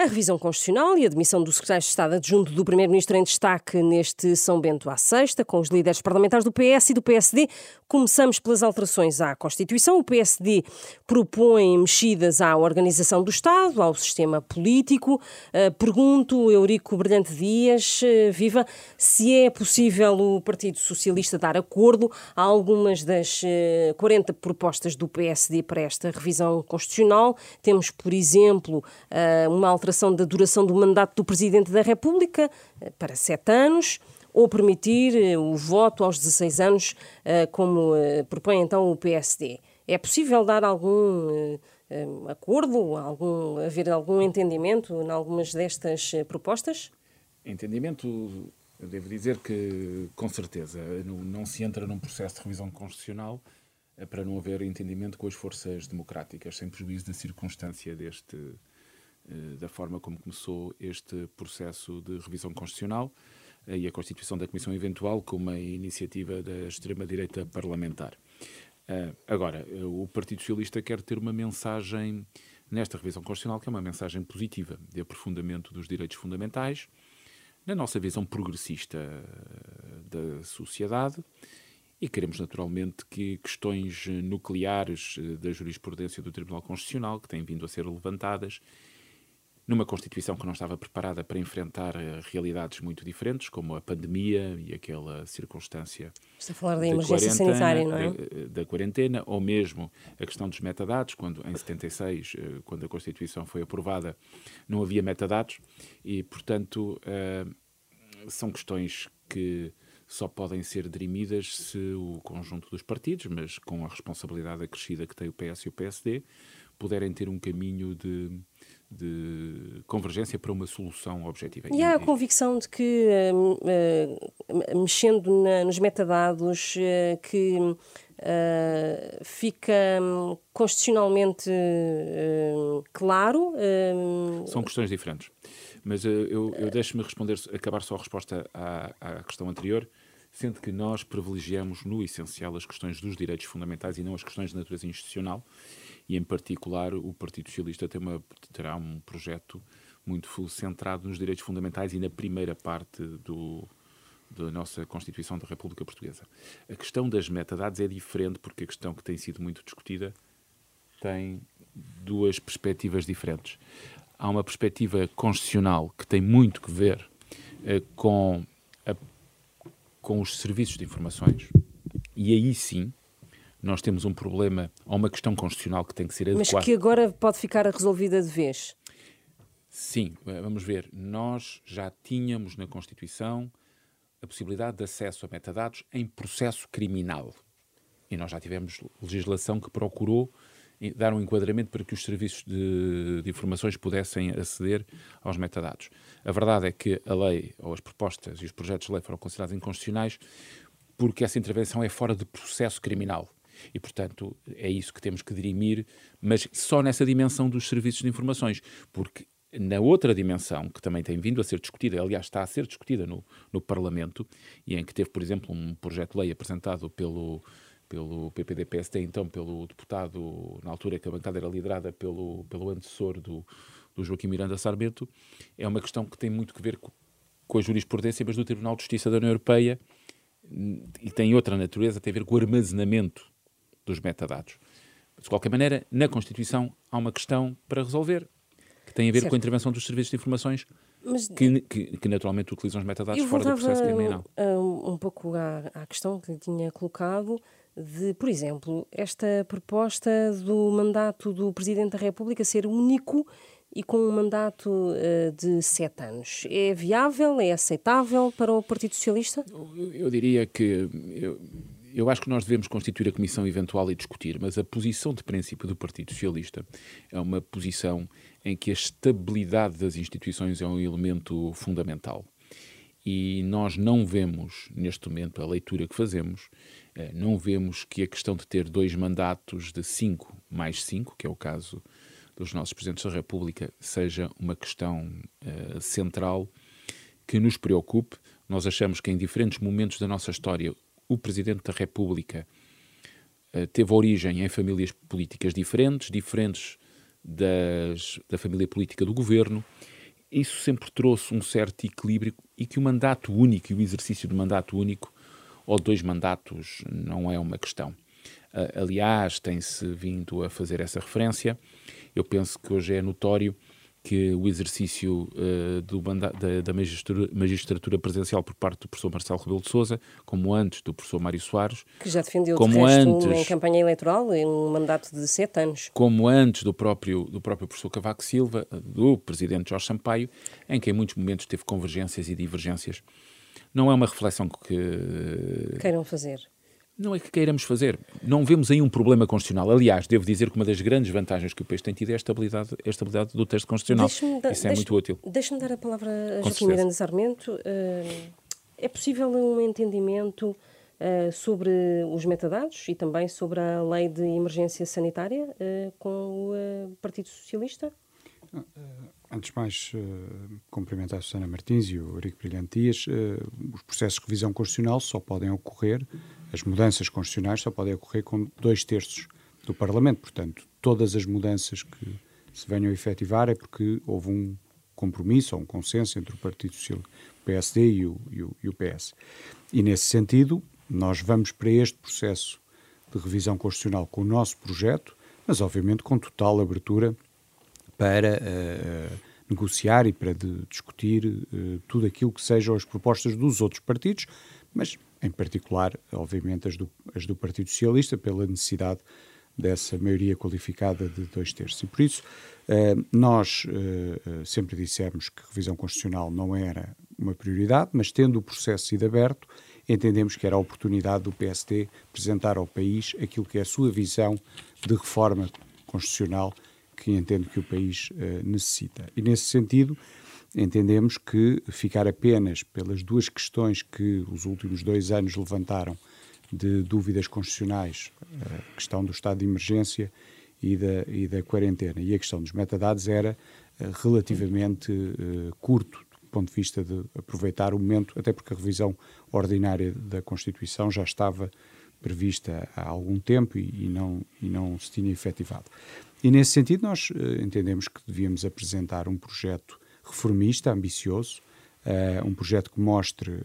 A revisão constitucional e a demissão do secretário de Estado adjunto do Primeiro-Ministro em destaque neste São Bento à Sexta, com os líderes parlamentares do PS e do PSD. Começamos pelas alterações à Constituição. O PSD propõe mexidas à organização do Estado, ao sistema político. Pergunto, Eurico Brilhante Dias, viva, se é possível o Partido Socialista dar acordo a algumas das 40 propostas do PSD para esta revisão constitucional. Temos, por exemplo, uma alteração da duração do mandato do Presidente da República para 7 anos, ou permitir o voto aos 16 anos, como propõe então o PSD. É possível dar algum acordo, haver algum entendimento em algumas destas propostas? Entendimento, eu devo dizer que, com certeza, não se entra num processo de revisão constitucional para não haver entendimento com as forças democráticas, sem prejuízo da circunstância da forma como começou este processo de revisão constitucional e a constituição da Comissão Eventual como uma iniciativa da extrema-direita parlamentar. Agora, o Partido Socialista quer ter uma mensagem nesta revisão constitucional que é uma mensagem positiva de aprofundamento dos direitos fundamentais, na nossa visão progressista da sociedade, e queremos naturalmente que questões nucleares da jurisprudência do Tribunal Constitucional, que têm vindo a ser levantadas, numa Constituição que não estava preparada para enfrentar realidades muito diferentes, como a pandemia e aquela circunstância... Está a falar da emergência sanitária, não é? Da quarentena, ou mesmo a questão dos metadados, quando em 76, quando a Constituição foi aprovada, não havia metadados e, portanto, são questões que só podem ser dirimidas se o conjunto dos partidos, mas com a responsabilidade acrescida que tem o PS e o PSD, puderem ter um caminho de convergência para uma solução objetiva. E há a convicção de que, mexendo nos metadados, que fica constitucionalmente claro? São questões diferentes. Mas eu deixo-me acabar só a resposta à questão anterior, sendo que nós privilegiamos no essencial as questões dos direitos fundamentais e não as questões de natureza institucional, e em particular o Partido Socialista terá um projeto muito centrado nos direitos fundamentais e na primeira parte da nossa Constituição da República Portuguesa. A questão das metadados é diferente porque a questão que tem sido muito discutida tem duas perspectivas diferentes. Há uma perspectiva constitucional que tem muito que ver com os serviços de informações, e aí sim nós temos um problema, ou uma questão constitucional que tem que ser adequada. Mas que agora pode ficar resolvida de vez? Sim, vamos ver. Nós já tínhamos na Constituição a possibilidade de acesso a metadados em processo criminal. E nós já tivemos legislação que procurou dar um enquadramento para que os serviços de informações pudessem aceder aos metadados. A verdade é que a lei, ou as propostas e os projetos de lei foram considerados inconstitucionais porque essa intervenção é fora de processo criminal. E, portanto, é isso que temos que dirimir, mas só nessa dimensão dos serviços de informações, porque na outra dimensão, que também tem vindo a ser discutida, aliás, está a ser discutida no Parlamento, e em que teve, por exemplo, um projeto de lei apresentado pelo PPD-PSD, então pelo deputado, na altura que a bancada era liderada pelo antecessor do Joaquim Miranda Sarmento, é uma questão que tem muito que ver com a jurisprudência, mas do Tribunal de Justiça da União Europeia, e tem outra natureza, tem a ver com o armazenamento dos metadados. De qualquer maneira, na Constituição há uma questão para resolver, que tem a ver certo. com a intervenção dos serviços de informações, mas que naturalmente utilizam os metadados fora do processo criminal. Um pouco à questão que tinha colocado de, por exemplo, esta proposta do mandato do Presidente da República ser único e com um mandato de 7 anos. É viável, é aceitável para o Partido Socialista? Eu diria que... Eu acho que nós devemos constituir a Comissão Eventual e discutir, mas a posição de princípio do Partido Socialista é uma posição em que a estabilidade das instituições é um elemento fundamental. E nós não vemos, neste momento, a leitura que fazemos, não vemos que a questão de ter 2 mandatos de 5 mais 5, que é o caso dos nossos Presidentes da República, seja uma questão central que nos preocupe. Nós achamos que em diferentes momentos da nossa história o Presidente da República teve origem em famílias políticas diferentes da família política do Governo, isso sempre trouxe um certo equilíbrio e que o mandato único e o exercício do mandato único ou 2 mandatos não é uma questão. Aliás, tem-se vindo a fazer essa referência. Eu penso que hoje é notório que o exercício da magistratura presencial por parte do professor Marcelo Rebelo de Sousa, como antes do professor Mário Soares, que já defendeu como de resto antes, em campanha eleitoral em um mandato de 7 anos. Como antes do próprio professor Cavaco Silva, do presidente Jorge Sampaio, em que em muitos momentos teve convergências e divergências. Não é uma reflexão que queiram fazer. Não é que queiramos fazer. Não vemos aí um problema constitucional. Aliás, devo dizer que uma das grandes vantagens que o país tem tido é a estabilidade do texto constitucional. Isso é muito útil. Deixe-me dar a palavra a Joaquim Miranda Sarmento. É possível um entendimento sobre os metadados e também sobre a lei de emergência sanitária com o Partido Socialista? Antes de mais, cumprimentar a Susana Martins e o Eurico Brilhante Dias. Os processos de revisão constitucional só podem ocorrer, as mudanças constitucionais só podem ocorrer com 2/3 do Parlamento. Portanto, todas as mudanças que se venham a efetivar é porque houve um compromisso ou um consenso entre o Partido Socialista, o PSD e o PS. E, nesse sentido, nós vamos para este processo de revisão constitucional com o nosso projeto, mas, obviamente, com total abertura para negociar e para discutir tudo aquilo que sejam as propostas dos outros partidos, mas, em particular, obviamente, as do Partido Socialista, pela necessidade dessa maioria qualificada de 2/3. E, por isso, nós sempre dissemos que a revisão constitucional não era uma prioridade, mas, tendo o processo sido aberto, entendemos que era a oportunidade do PSD apresentar ao país aquilo que é a sua visão de reforma constitucional que entende que o país necessita. E, nesse sentido, entendemos que ficar apenas pelas 2 questões que os últimos 2 anos levantaram de dúvidas constitucionais, a questão do estado de emergência e da quarentena e a questão dos metadados, era relativamente curto do ponto de vista de aproveitar o momento, até porque a revisão ordinária da Constituição já estava prevista há algum tempo e não se tinha efetivado. E, nesse sentido, nós entendemos que devíamos apresentar um projeto reformista, ambicioso, um projeto que mostre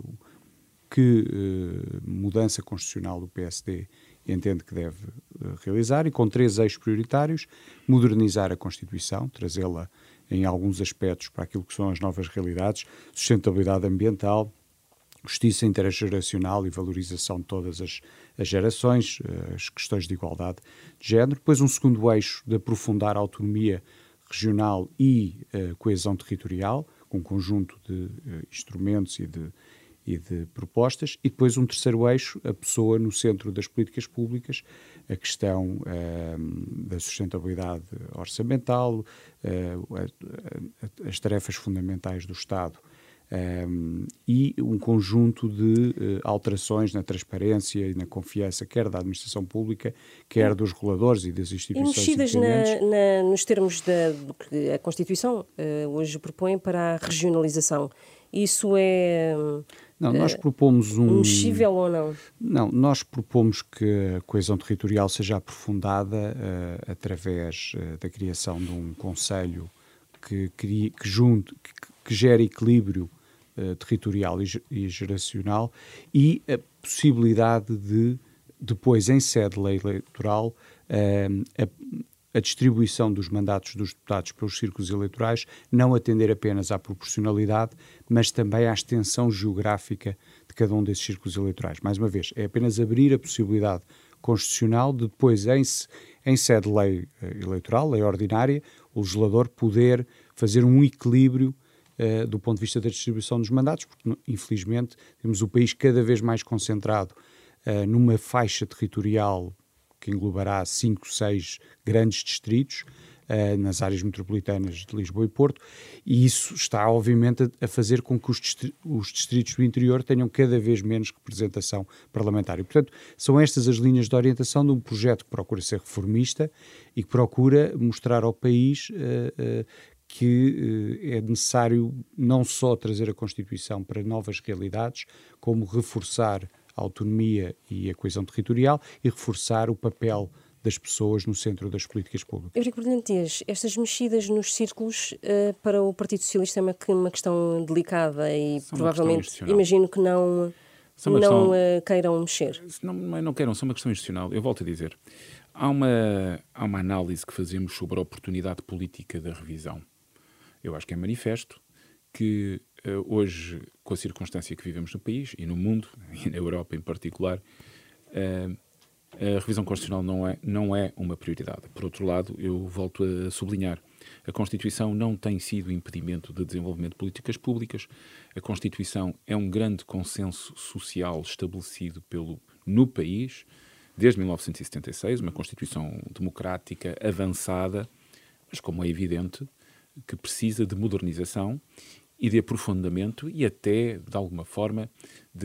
que mudança constitucional do PSD entende que deve realizar, e com 3 eixos prioritários: modernizar a Constituição, trazê-la em alguns aspectos para aquilo que são as novas realidades, sustentabilidade ambiental, justiça intergeracional e valorização de todas as gerações, as questões de igualdade de género. Depois, um segundo eixo de aprofundar a autonomia regional e coesão territorial, com um conjunto de instrumentos e de propostas. E depois, um terceiro eixo, a pessoa no centro das políticas públicas, a questão da sustentabilidade orçamental, as tarefas fundamentais do Estado, e um conjunto de alterações na transparência e na confiança, quer da administração pública, quer dos reguladores e das instituições independentes. Mexidas nos termos do que a Constituição hoje propõe para a regionalização. Isso é nós propomos mexível ou não? Não, nós propomos que a coesão territorial seja aprofundada através da criação de um conselho que gere equilíbrio territorial e geracional, e a possibilidade de, depois, em sede de lei eleitoral, a distribuição dos mandatos dos deputados pelos círculos eleitorais não atender apenas à proporcionalidade, mas também à extensão geográfica de cada um desses círculos eleitorais. Mais uma vez, é apenas abrir a possibilidade constitucional de depois, em sede de lei eleitoral, lei ordinária, o legislador poder fazer um equilíbrio do ponto de vista da distribuição dos mandatos, porque, infelizmente, temos o país cada vez mais concentrado numa faixa territorial que englobará 5, 6 grandes distritos, nas áreas metropolitanas de Lisboa e Porto, e isso está, obviamente, a fazer com que os distritos do interior tenham cada vez menos representação parlamentar. E, portanto, são estas as linhas de orientação de um projeto que procura ser reformista e que procura mostrar ao país que é necessário não só trazer a Constituição para novas realidades, como reforçar a autonomia e a coesão territorial e reforçar o papel das pessoas no centro das políticas públicas. Eurico Brilhante Dias, estas mexidas nos círculos para o Partido Socialista é uma questão delicada e provavelmente imagino que não queiram mexer. Não queiram, são uma questão institucional. Eu volto a dizer, há uma análise que fazemos sobre a oportunidade política da revisão. Eu acho que é manifesto que hoje, com a circunstância que vivemos no país e no mundo, e na Europa em particular, a revisão constitucional não é uma prioridade. Por outro lado, eu volto a sublinhar, a Constituição não tem sido impedimento de desenvolvimento de políticas públicas. A Constituição é um grande consenso social estabelecido no país, desde 1976, uma Constituição democrática, avançada, mas como é evidente, que precisa de modernização e de aprofundamento e até, de alguma forma, de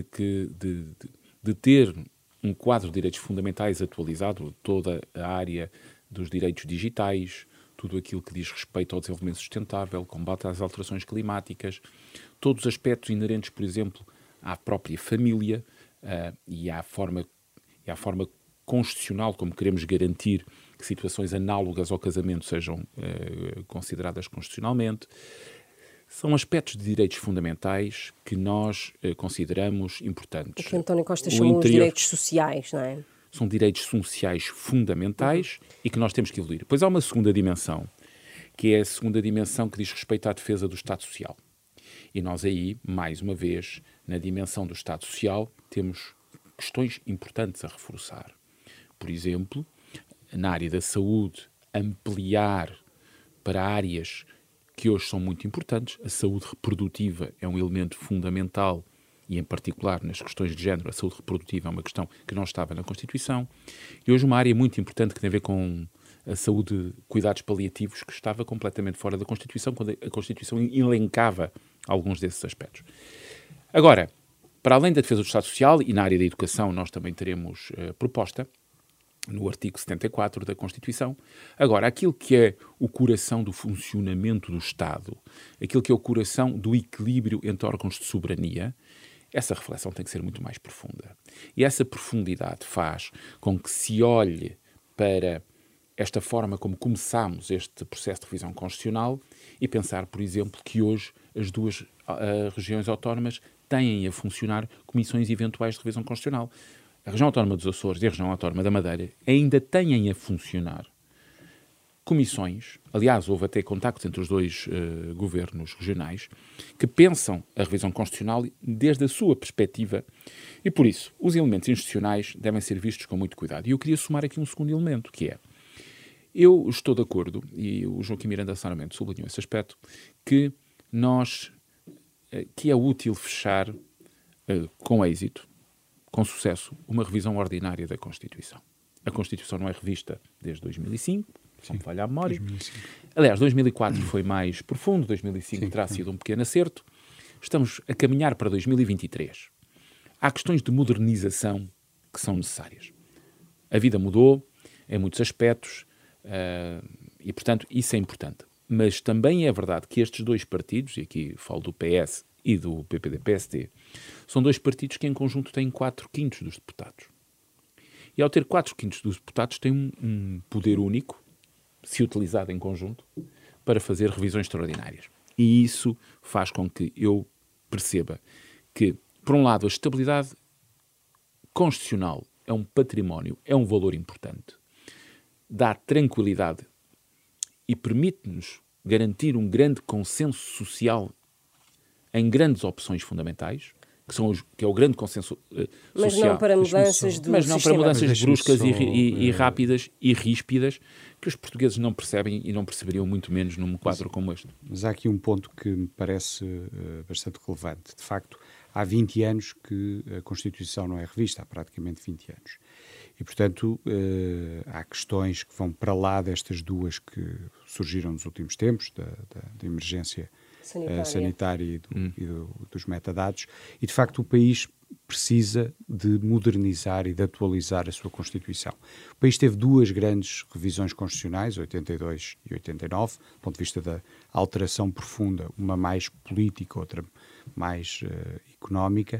ter um quadro de direitos fundamentais atualizado, toda a área dos direitos digitais, tudo aquilo que diz respeito ao desenvolvimento sustentável, combate às alterações climáticas, todos os aspectos inerentes, por exemplo, à própria família e à forma constitucional como queremos garantir que situações análogas ao casamento sejam consideradas constitucionalmente. São aspectos de direitos fundamentais que nós consideramos importantes. O que António Costa chamou os direitos sociais, não é? São direitos sociais fundamentais e que nós temos que evoluir. Depois há uma segunda dimensão, que é a segunda dimensão que diz respeito à defesa do Estado Social. E nós aí, mais uma vez, na dimensão do Estado Social, temos questões importantes a reforçar. Por exemplo, na área da saúde, ampliar para áreas que hoje são muito importantes. A saúde reprodutiva é um elemento fundamental e, em particular, nas questões de género, a saúde reprodutiva é uma questão que não estava na Constituição. E hoje uma área muito importante que tem a ver com a saúde, cuidados paliativos, que estava completamente fora da Constituição, quando a Constituição elencava alguns desses aspectos. Agora, para além da defesa do Estado Social, e na área da educação nós também teremos proposta, no artigo 74 da Constituição. Agora, aquilo que é o coração do funcionamento do Estado, aquilo que é o coração do equilíbrio entre órgãos de soberania, essa reflexão tem que ser muito mais profunda. E essa profundidade faz com que se olhe para esta forma como começámos este processo de revisão constitucional e pensar, por exemplo, que hoje as duas regiões autónomas têm a funcionar comissões eventuais de revisão constitucional. A região autónoma dos Açores e a região autónoma da Madeira ainda têm a funcionar comissões, aliás, houve até contactos entre os dois governos regionais, que pensam a revisão constitucional desde a sua perspectiva e, por isso, os elementos institucionais devem ser vistos com muito cuidado. E eu queria somar aqui um segundo elemento, que é, eu estou de acordo, e o Joaquim Miranda Sarmento sublinhou esse aspecto, que é útil fechar com êxito, com sucesso, uma revisão ordinária da Constituição. A Constituição não é revista desde 2005, se não me falha a memória. 2005. Aliás, 2004 foi mais profundo, 2005 terá sido um pequeno acerto. Estamos a caminhar para 2023. Há questões de modernização que são necessárias. A vida mudou em muitos aspectos e, portanto, isso é importante. Mas também é verdade que estes dois partidos, e aqui falo do PS e do PPD-PSD, são dois partidos que em conjunto têm 4/5 dos deputados. E ao ter 4/5 dos deputados têm um poder único, se utilizado em conjunto, para fazer revisões extraordinárias. E isso faz com que eu perceba que, por um lado, a estabilidade constitucional é um património, é um valor importante, dá tranquilidade e permite-nos garantir um grande consenso social em grandes opções fundamentais, que é o grande consenso mas social. Não para mudanças do mas não sistema. para mudanças bruscas e rápidas e ríspidas que os portugueses não percebem e não perceberiam muito menos num quadro como este. Mas há aqui um ponto que me parece bastante relevante. De facto, há 20 anos que a Constituição não é revista, há praticamente 20 anos. E, portanto, há questões que vão para lá destas duas que surgiram nos últimos tempos, da emergência sanitária e dos metadados, e de facto o país precisa de modernizar e de atualizar a sua Constituição. O país teve duas grandes revisões constitucionais, 82 e 89, do ponto de vista da alteração profunda, uma mais política, outra mais económica,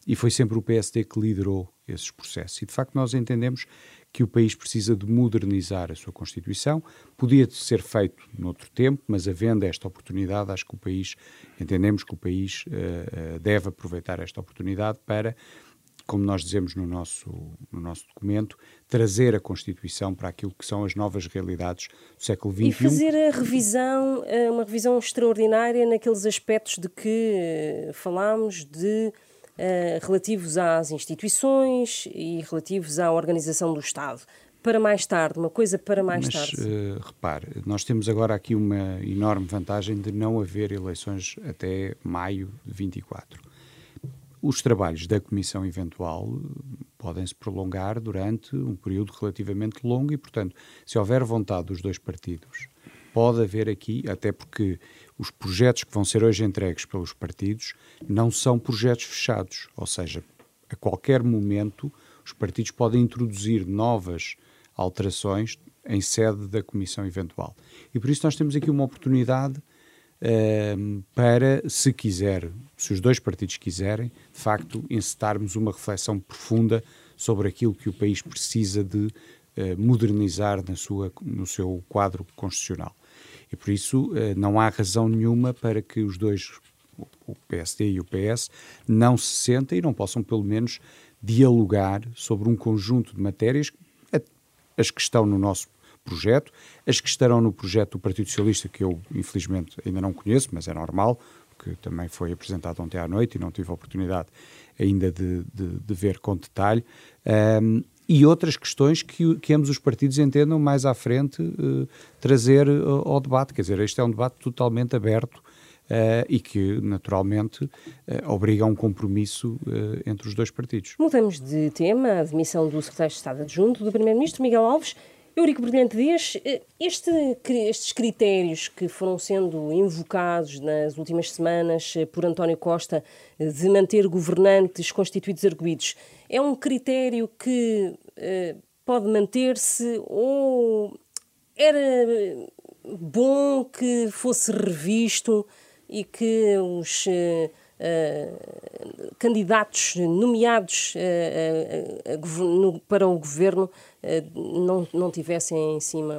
e foi sempre o PSD que liderou esses processos. E, de facto, nós entendemos que o país precisa de modernizar a sua Constituição. Podia ser feito noutro tempo, mas havendo esta oportunidade, acho que entendemos que o país deve aproveitar esta oportunidade para, como nós dizemos no nosso documento, trazer a Constituição para aquilo que são as novas realidades do século XXI. E fazer uma revisão extraordinária naqueles aspectos de que falámos, relativos às instituições e relativos à organização do Estado. Para mais tarde, uma coisa para mais tarde. Repare, nós temos agora aqui uma enorme vantagem de não haver eleições até maio de 24. Os trabalhos da Comissão Eventual podem-se prolongar durante um período relativamente longo e, portanto, se houver vontade dos dois partidos, pode haver aqui, até porque os projetos que vão ser hoje entregues pelos partidos não são projetos fechados, ou seja, a qualquer momento os partidos podem introduzir novas alterações em sede da Comissão Eventual. E por isso nós temos aqui uma oportunidade para, se os dois partidos quiserem, de facto, encetarmos uma reflexão profunda sobre aquilo que o país precisa de modernizar no seu quadro constitucional. E por isso não há razão nenhuma para que os dois, o PSD e o PS, não se sentem e não possam pelo menos dialogar sobre um conjunto de matérias, as que estão no nosso projeto, as que estarão no projeto do Partido Socialista, que eu infelizmente ainda não conheço, mas é normal, porque também foi apresentado ontem à noite e não tive a oportunidade ainda de ver com detalhe, e outras questões que ambos os partidos entendam mais à frente trazer ao debate. Quer dizer, este é um debate totalmente aberto e que, naturalmente, obriga a um compromisso entre os dois partidos. Mudamos de tema, a admissão do secretário de Estado adjunto do Primeiro-Ministro, Miguel Alves. Eurico Brilhante Dias, estes critérios que foram sendo invocados nas últimas semanas por António Costa de manter governantes constituídos arguidos, é um critério que pode manter-se ou era bom que fosse revisto e que os candidatos nomeados para o governo não tivessem em cima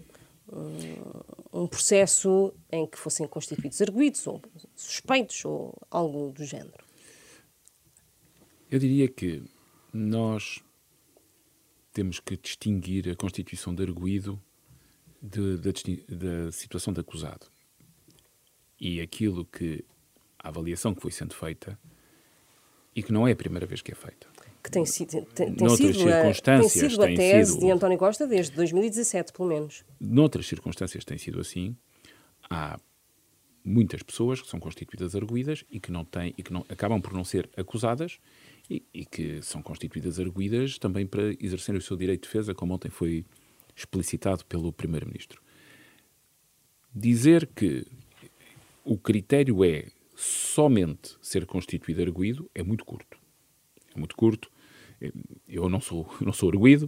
um processo em que fossem constituídos arguidos ou suspeitos ou algo do género? Eu diria que nós temos que distinguir a constituição de arguido da situação de acusado. E aquilo a avaliação que foi sendo feita e que não é a primeira vez que é feita. Que tem sido a tese de António Costa desde 2017, pelo menos. Noutras circunstâncias tem sido assim. Há muitas pessoas que são constituídas arguidas e que acabam por não ser acusadas e que são constituídas arguidas também para exercerem o seu direito de defesa, como ontem foi explicitado pelo Primeiro-Ministro. Dizer que o critério é somente ser constituído arguido é muito curto. É muito curto. Eu não sou arguido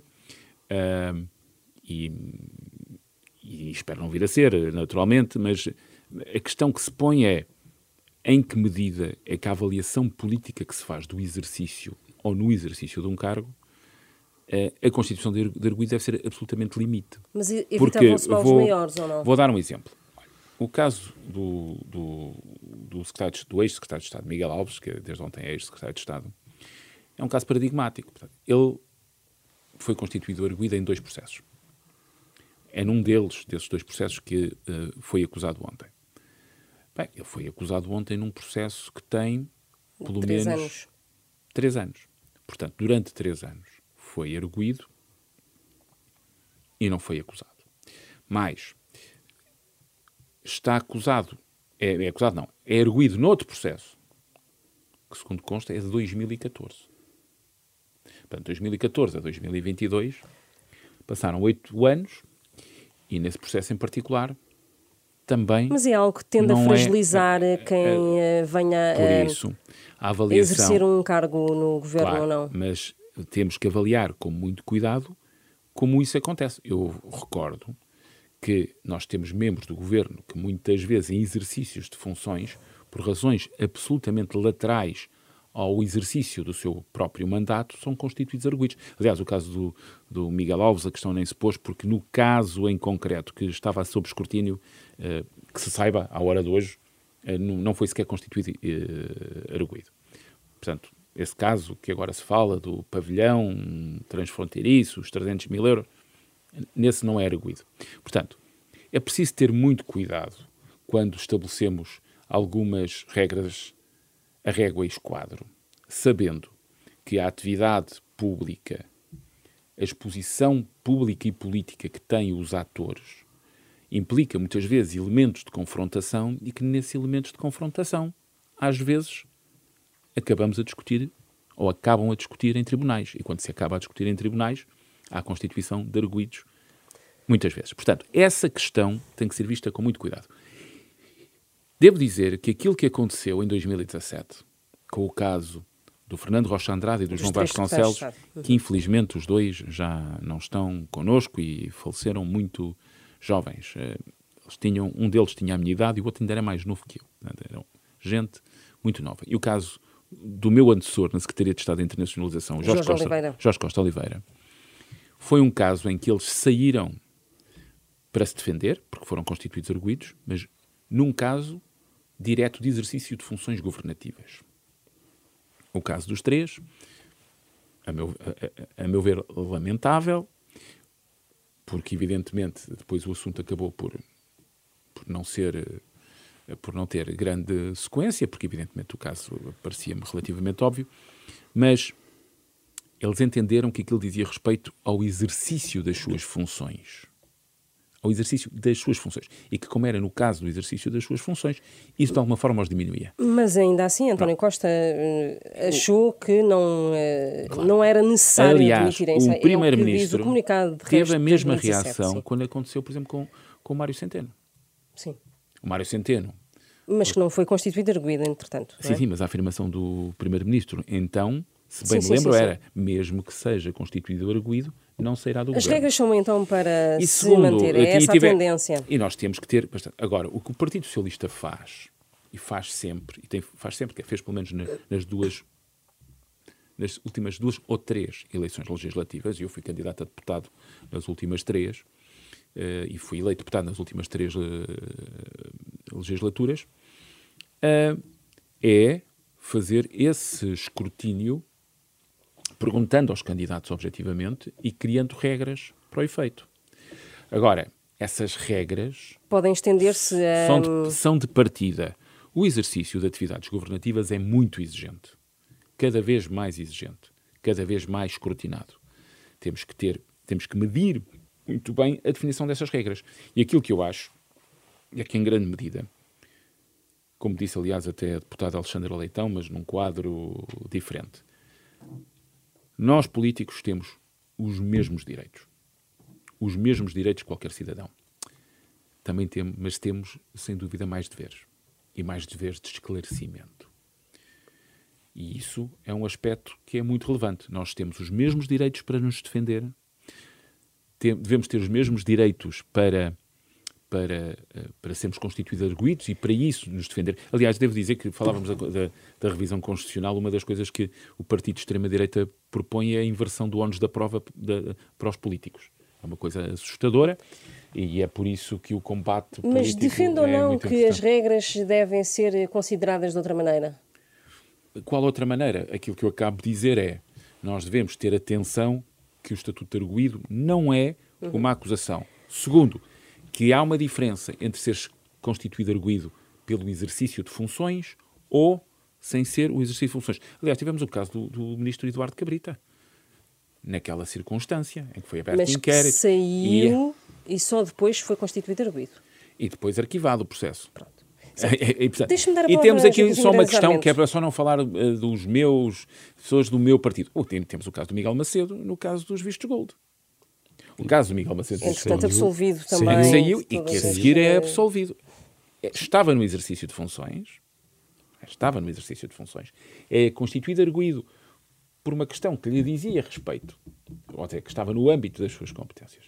e espero não vir a ser, naturalmente, mas a questão que se põe é em que medida é que a avaliação política que se faz do exercício ou no exercício de um cargo, a constituição de arguido deve ser absolutamente limite. Mas evitavam-se maus maiores ou não? Vou dar um exemplo. O caso do ex-secretário de Estado, Miguel Alves, que desde ontem é ex-secretário de Estado, é um caso paradigmático. Portanto, ele foi constituído arguido em 2 processos. É num desses 2 processos que foi acusado ontem. Bem, ele foi acusado ontem num processo que tem, pelo menos, 3 anos. Portanto, durante 3 anos foi arguido e não foi acusado. Mas está acusado, é arguido noutro processo, que segundo consta é de 2014. Portanto, 2014 a 2022 passaram 8 anos e nesse processo em particular também... Mas é algo que tende a fragilizar quem venha a avaliação, exercer um cargo no governo, claro, ou não. Mas temos que avaliar com muito cuidado como isso acontece. Eu recordo que nós temos membros do governo que muitas vezes em exercícios de funções, por razões absolutamente laterais ao exercício do seu próprio mandato, são constituídos arguidos. Aliás, o caso do Miguel Alves, a questão nem se pôs, porque no caso em concreto que estava sob escrutínio, que se saiba, à hora de hoje, não foi sequer constituído arguido. Portanto, esse caso que agora se fala do pavilhão transfronteiriço, os 300 mil euros, nesse não é arguido. Portanto, é preciso ter muito cuidado quando estabelecemos algumas regras a régua e esquadro, sabendo que a atividade pública, a exposição pública e política que têm os atores, implica muitas vezes elementos de confrontação e que nesses elementos de confrontação, às vezes, acabamos a discutir ou acabam a discutir em tribunais. E quando se acaba a discutir em tribunais, há a constituição de arguidos, muitas vezes. Portanto, essa questão tem que ser vista com muito cuidado. Devo dizer que aquilo que aconteceu em 2017, com o caso do Fernando Rocha Andrade e do João Vasconcelos, que infelizmente os dois já não estão connosco e faleceram muito jovens. Um deles tinha a minha idade e o outro ainda era mais novo que eu. Eram gente muito nova. E o caso do meu antecessor na Secretaria de Estado de Internacionalização, Jorge Costa Oliveira, foi um caso em que eles saíram para se defender, porque foram constituídos arguidos, mas num caso direto de exercício de funções governativas. O caso dos três, a meu ver, lamentável, porque evidentemente depois o assunto acabou por não ter grande sequência, porque evidentemente o caso parecia-me relativamente óbvio, mas eles entenderam que aquilo dizia respeito ao exercício das suas funções. Ao exercício das suas funções. E que, como era no caso do exercício das suas funções, isso de alguma forma os diminuía. Mas ainda assim, António Costa achou que não era necessário admitirem isso. O Primeiro-Ministro teve a mesma 2017, reação sim. quando aconteceu, por exemplo, com o Mário Centeno. Sim. O Mário Centeno. Mas que não foi constituído arguido, entretanto. Não é? Sim, mas a afirmação do Primeiro-Ministro, então, se bem me lembro, era, mesmo que seja constituído arguido, não sairá do governo. As regras são então para E se segundo, manter, é essa a tendência. E nós temos que ter bastante. Agora, o que o Partido Socialista faz, e faz sempre, que fez pelo menos nas últimas 2 ou 3 eleições legislativas, e eu fui candidato a deputado nas últimas 3, e fui eleito deputado nas últimas 3 legislaturas, é fazer esse escrutínio perguntando aos candidatos objetivamente e criando regras para o efeito. Agora, essas regras podem estender-se a... são de partida. O exercício de atividades governativas é muito exigente. Cada vez mais exigente. Cada vez mais escrutinado. Temos que medir muito bem a definição dessas regras. E aquilo que eu acho é que, em grande medida, como disse, aliás, até a deputada Alexandra Leitão, mas num quadro diferente, nós, políticos, temos os mesmos direitos. Os mesmos direitos que qualquer cidadão. Também temos, mas temos, sem dúvida, mais deveres. E mais deveres de esclarecimento. E isso é um aspecto que é muito relevante. Nós temos os mesmos direitos para nos defender. Devemos ter os mesmos direitos para sermos constituídos arguidos e para isso nos defender. Aliás, devo dizer que falávamos da revisão constitucional, uma das coisas que o partido de extrema-direita propõe é a inversão do ónus da prova para os políticos. É uma coisa assustadora e é por isso que o combate político Mas defende ou não que importante. as regras devem ser consideradas de outra maneira? Qual outra maneira? Aquilo que eu acabo de dizer é nós devemos ter atenção que o Estatuto de Arguido não é uma acusação. Segundo, que há uma diferença entre ser constituído arguido pelo exercício de funções ou sem ser o exercício de funções. Aliás, tivemos o caso do ministro Eduardo Cabrita, naquela circunstância em que foi aberto inquérito. Mas saiu e só depois foi constituído arguido. E depois arquivado o processo. Pronto. Deixa-me dar a palavra. E temos aqui só uma questão, que é para só não falar dos pessoas do meu partido. Temos o caso do Miguel Macedo, no caso dos vistos gold. O caso do Miguel Macedo entretanto, absolvido também. Saiu e que a seguir é absolvido. Estava no exercício de funções. É constituído arguido por uma questão que lhe dizia respeito. Ou até que estava no âmbito das suas competências.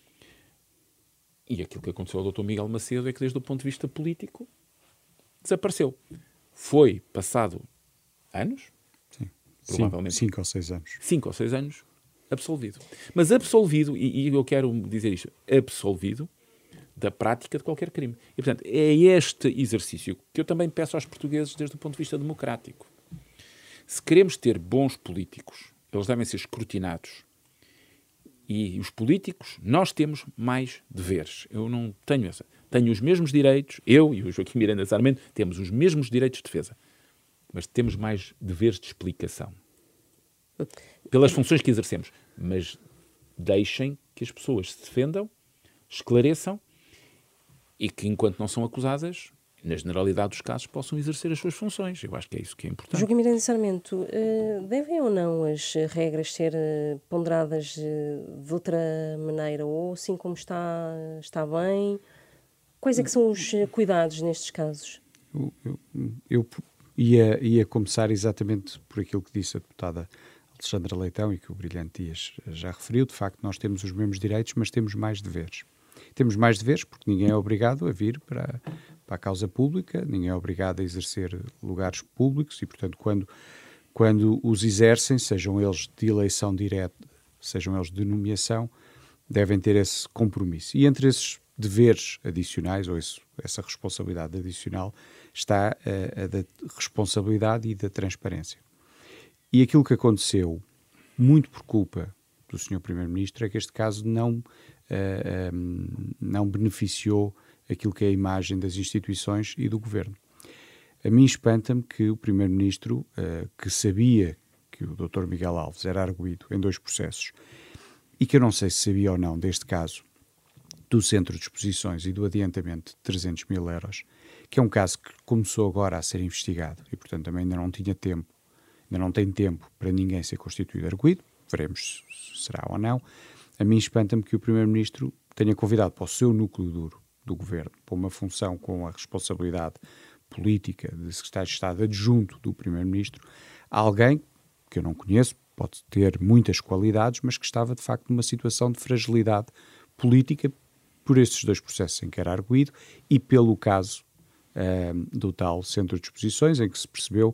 E aquilo que aconteceu ao Dr. Miguel Macedo é que, desde o ponto de vista político, desapareceu. Foi passado anos, provavelmente. 5 ou 6 anos. 5 ou 6 anos, absolvido. Mas absolvido, e eu quero dizer isto, absolvido da prática de qualquer crime. E, portanto, é este exercício que eu também peço aos portugueses desde o ponto de vista democrático. Se queremos ter bons políticos, eles devem ser escrutinados. E os políticos, nós temos mais deveres. Eu não tenho essa. Tenho os mesmos direitos, eu e o Joaquim Miranda Sarmento temos os mesmos direitos de defesa. Mas temos mais deveres de explicação. Pelas funções que exercemos. Mas deixem que as pessoas se defendam, esclareçam e que, enquanto não são acusadas, na generalidade dos casos, possam exercer as suas funções. Eu acho que é isso que é importante. Joaquim Miranda Sarmento, devem ou não as regras ser ponderadas de outra maneira? Ou assim como está bem? Quais é que são os cuidados nestes casos? Eu ia começar exatamente por aquilo que disse a deputada Alexandra Leitão e que o Brilhante Dias já referiu. De facto, nós temos os mesmos direitos, mas temos mais deveres. Temos mais deveres porque ninguém é obrigado a vir para a causa pública, ninguém é obrigado a exercer lugares públicos e, portanto, quando os exercem, sejam eles de eleição direta, sejam eles de nomeação, devem ter esse compromisso. E entre esses deveres adicionais, ou essa responsabilidade adicional, está a da responsabilidade e da transparência. E aquilo que aconteceu, muito por culpa do Sr. Primeiro-Ministro, é que este caso não beneficiou aquilo que é a imagem das instituições e do Governo. A mim espanta-me que o Primeiro-Ministro, que sabia que o Dr. Miguel Alves era arguido em 2 processos, e que eu não sei se sabia ou não deste caso, do Centro de Exposições e do adiantamento de 300 mil euros, que é um caso que começou agora a ser investigado e, portanto, também ainda não tem tempo para ninguém ser constituído arguido, veremos se será ou não. A mim espanta-me que o Primeiro-Ministro tenha convidado para o seu núcleo duro do Governo, para uma função com a responsabilidade política de Secretário de Estado adjunto do Primeiro-Ministro, alguém que eu não conheço, pode ter muitas qualidades, mas que estava, de facto, numa situação de fragilidade política por estes 2 processos em que era arguido e pelo caso do tal Centro de Exposições, em que se percebeu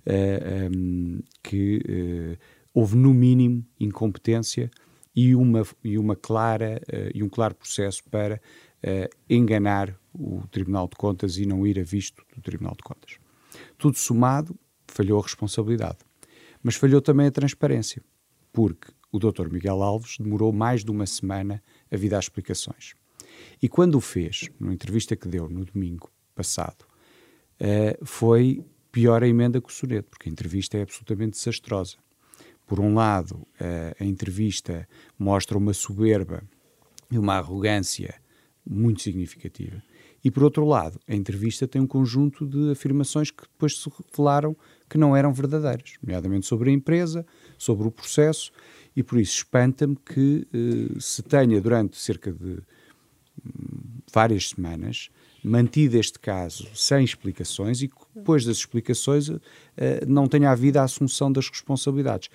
que houve, no mínimo, incompetência e um claro processo para enganar o Tribunal de Contas e não ir a visto do Tribunal de Contas. Tudo somado, falhou a responsabilidade. Mas falhou também a transparência, porque o Dr. Miguel Alves demorou mais de uma semana a vir dar explicações. E quando o fez, numa entrevista que deu no domingo passado, foi pior a emenda que o soneto, porque a entrevista é absolutamente desastrosa. Por um lado, a entrevista mostra uma soberba e uma arrogância muito significativa. E, por outro lado, a entrevista tem um conjunto de afirmações que depois se revelaram que não eram verdadeiras, nomeadamente sobre a empresa, sobre o processo, e por isso espanta-me que se tenha, durante cerca de várias semanas, mantido este caso sem explicações e que depois das explicações não tenha havido a assunção das responsabilidades.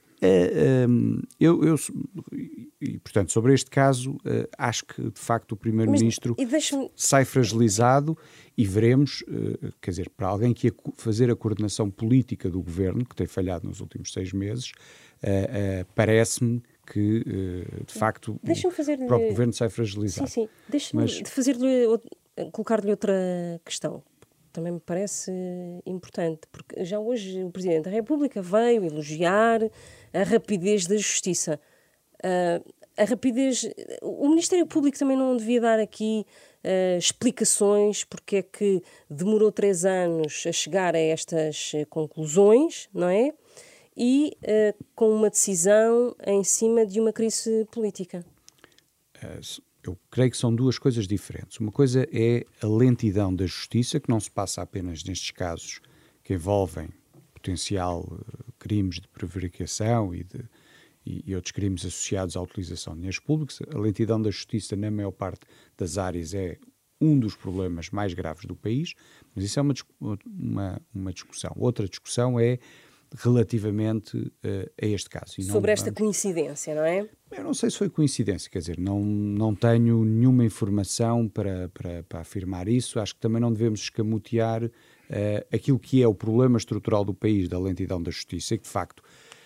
E, portanto, sobre este caso, acho que, de facto, o Primeiro-Ministro sai fragilizado e veremos, quer dizer, para alguém que ia fazer a coordenação política do Governo, que tem falhado nos últimos 6 meses, parece-me que, de facto, o próprio Governo sai fragilizado. Sim. Deixa-me colocar-lhe outra questão. Também me parece importante, porque já hoje o Presidente da República veio elogiar a rapidez da Justiça. A rapidez... O Ministério Público também não devia dar aqui explicações porque é que demorou 3 anos a chegar a estas conclusões, não é? E com uma decisão em cima de uma crise política. Eu creio que são 2 coisas diferentes. Uma coisa é a lentidão da justiça, que não se passa apenas nestes casos que envolvem potencial crimes de prevaricação e outros crimes associados à utilização de dinheiros públicos. A lentidão da justiça, na maior parte das áreas, é um dos problemas mais graves do país, mas isso é uma discussão. Outra discussão é relativamente a este caso. Sobre esta coincidência, não é? Eu não sei se foi coincidência, quer dizer, não tenho nenhuma informação para afirmar isso. Acho que também não devemos escamotear aquilo que é o problema estrutural do país, da lentidão da justiça, e que de facto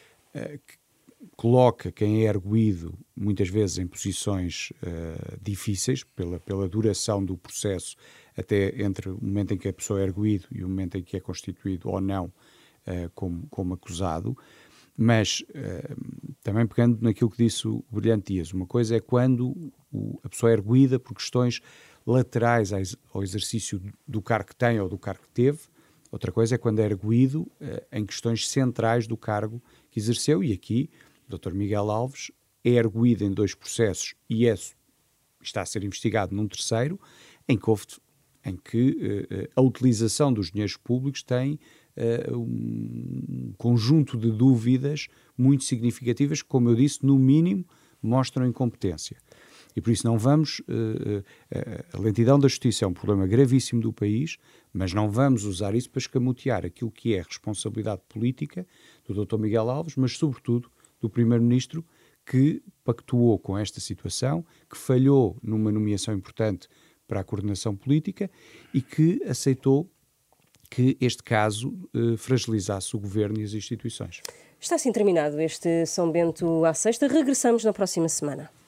coloca quem é arguido muitas vezes em posições difíceis pela duração do processo, até entre o momento em que a pessoa é arguído e o momento em que é constituído ou não como acusado. Mas também pegando naquilo que disse o Brilhante Dias, uma coisa é quando a pessoa é arguída por questões laterais ao exercício do cargo que tem ou do cargo que teve. Outra coisa é quando é arguído em questões centrais do cargo que exerceu, e aqui o Dr. Miguel Alves é arguído em 2 processos e está a ser investigado num terceiro, em que a utilização dos dinheiros públicos tem um conjunto de dúvidas muito significativas que, como eu disse, no mínimo mostram incompetência. E por isso não vamos... a lentidão da justiça é um problema gravíssimo do país, mas não vamos usar isso para escamotear aquilo que é a responsabilidade política do Dr. Miguel Alves, mas sobretudo do Primeiro-Ministro, que pactuou com esta situação, que falhou numa nomeação importante para a coordenação política e que aceitou que este caso fragilizasse o governo e as instituições. Está assim terminado este São Bento à Sexta. Regressamos na próxima semana.